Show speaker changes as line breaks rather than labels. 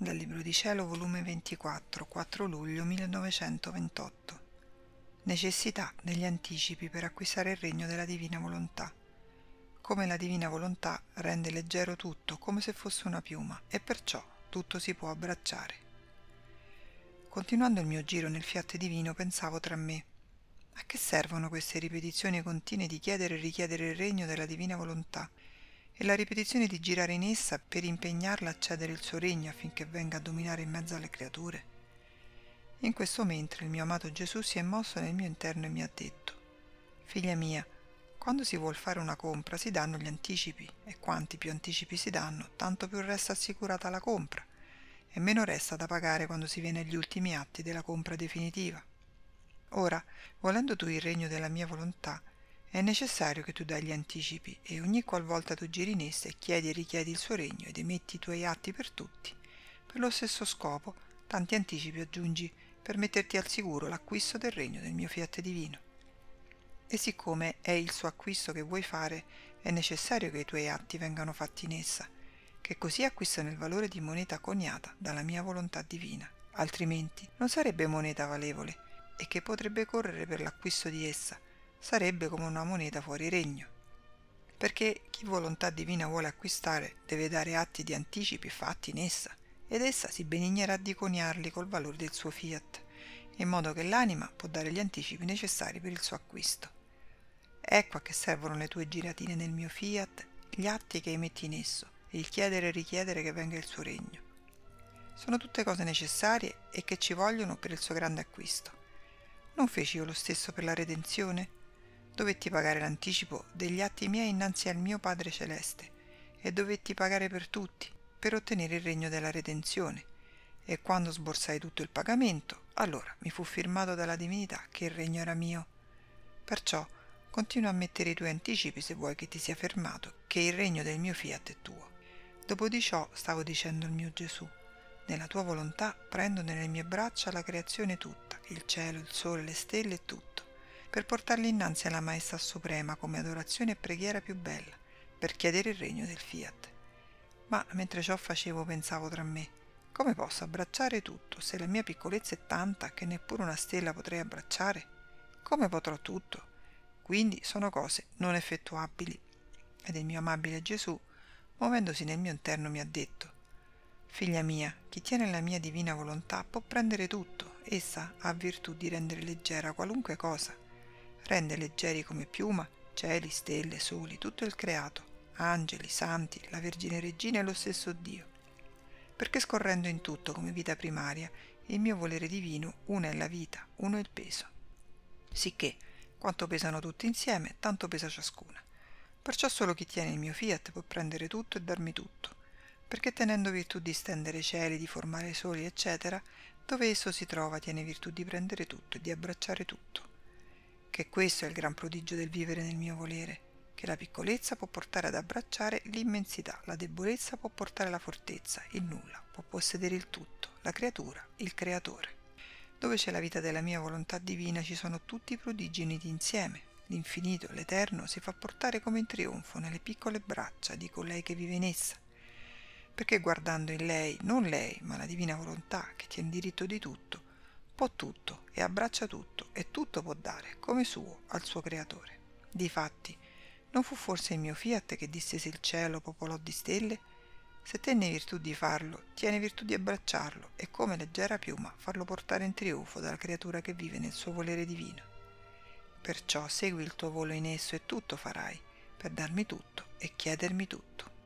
Dal Libro di Cielo, volume 24, 4 luglio 1928. Necessità degli anticipi per acquistare il regno della divina volontà. Come la divina volontà rende leggero tutto come se fosse una piuma e perciò tutto si può abbracciare. Continuando il mio giro nel fiat divino pensavo tra me: a che servono queste ripetizioni continue di chiedere e richiedere il regno della divina volontà e la ripetizione di girare in essa per impegnarla a cedere il suo regno affinché venga a dominare in mezzo alle creature? In questo mentre il mio amato Gesù si è mosso nel mio interno e mi ha detto: figlia mia, quando si vuol fare una compra si danno gli anticipi, e quanti più anticipi si danno, tanto più resta assicurata la compra, e meno resta da pagare quando si viene agli ultimi atti della compra definitiva. Ora, volendo tu il regno della mia volontà, è necessario che tu dai gli anticipi, e ogni qualvolta tu giri in esse chiedi e richiedi il suo regno ed emetti i tuoi atti per tutti. Per lo stesso scopo, tanti anticipi aggiungi per metterti al sicuro l'acquisto del regno del mio fiat divino. E siccome è il suo acquisto che vuoi fare, è necessario che i tuoi atti vengano fatti in essa, che così acquistano il valore di moneta coniata dalla mia volontà divina, altrimenti non sarebbe moneta valevole, e che potrebbe correre per l'acquisto di essa, sarebbe come una moneta fuori regno. Perché chi volontà divina vuole acquistare deve dare atti di anticipi fatti in essa, ed essa si benignerà di coniarli col valore del suo fiat, in modo che l'anima può dare gli anticipi necessari per il suo acquisto. Ecco a che servono le tue giratine nel mio fiat, gli atti che emetti in esso, e il chiedere e richiedere che venga il suo regno. Sono tutte cose necessarie e che ci vogliono per il suo grande acquisto. Non feci io lo stesso per la redenzione? Dovetti pagare l'anticipo degli atti miei innanzi al mio Padre Celeste, e dovetti pagare per tutti, per ottenere il regno della redenzione. E quando sborsai tutto il pagamento, allora mi fu firmato dalla divinità che il regno era mio. Perciò continua a mettere i tuoi anticipi se vuoi che ti sia fermato, che il regno del mio fiat è tuo. Dopo di ciò stavo dicendo al mio Gesù: nella tua volontà prendo nelle mie braccia la creazione tutta, il cielo, il sole, le stelle e tutto, per portarli innanzi alla Maestà Suprema come adorazione e preghiera più bella, per chiedere il regno del fiat. Ma mentre ciò facevo pensavo tra me: come posso abbracciare tutto se la mia piccolezza è tanta che neppure una stella potrei abbracciare? Come potrò tutto? Quindi sono cose non effettuabili. Ed il mio amabile Gesù, muovendosi nel mio interno, mi ha detto: figlia mia, chi tiene la mia divina volontà può prendere tutto, essa ha virtù di rendere leggera qualunque cosa. Rende leggeri come piuma cieli, stelle, soli, tutto il creato, angeli, santi, la Vergine Regina e lo stesso Dio. Perché scorrendo in tutto come vita primaria, il mio volere divino, una è la vita, uno è il peso. Sicché, quanto pesano tutti insieme, tanto pesa ciascuna. Perciò solo chi tiene il mio fiat può prendere tutto e darmi tutto, perché tenendo virtù di stendere i cieli, di formare i soli, eccetera, dove esso si trova tiene virtù di prendere tutto e di abbracciare tutto. Che questo è il gran prodigio del vivere nel mio volere, che la piccolezza può portare ad abbracciare l'immensità, la debolezza può portare alla fortezza, il nulla può possedere il tutto, la creatura, il creatore. Dove c'è la vita della mia volontà divina ci sono tutti i prodigi uniti insieme. L'infinito, l'eterno, si fa portare come in trionfo nelle piccole braccia di colei che vive in essa. Perché guardando in lei, non lei, ma la divina volontà, che tiene diritto di tutto, può tutto e abbraccia tutto, e tutto può dare, come suo, al suo creatore. Difatti, non fu forse il mio fiat che distese il cielo, popolò di stelle? Se tenne virtù di farlo, tiene virtù di abbracciarlo e come leggera piuma farlo portare in trionfo dalla creatura che vive nel suo volere divino. Perciò segui il tuo volo in esso e tutto farai, per darmi tutto e chiedermi tutto.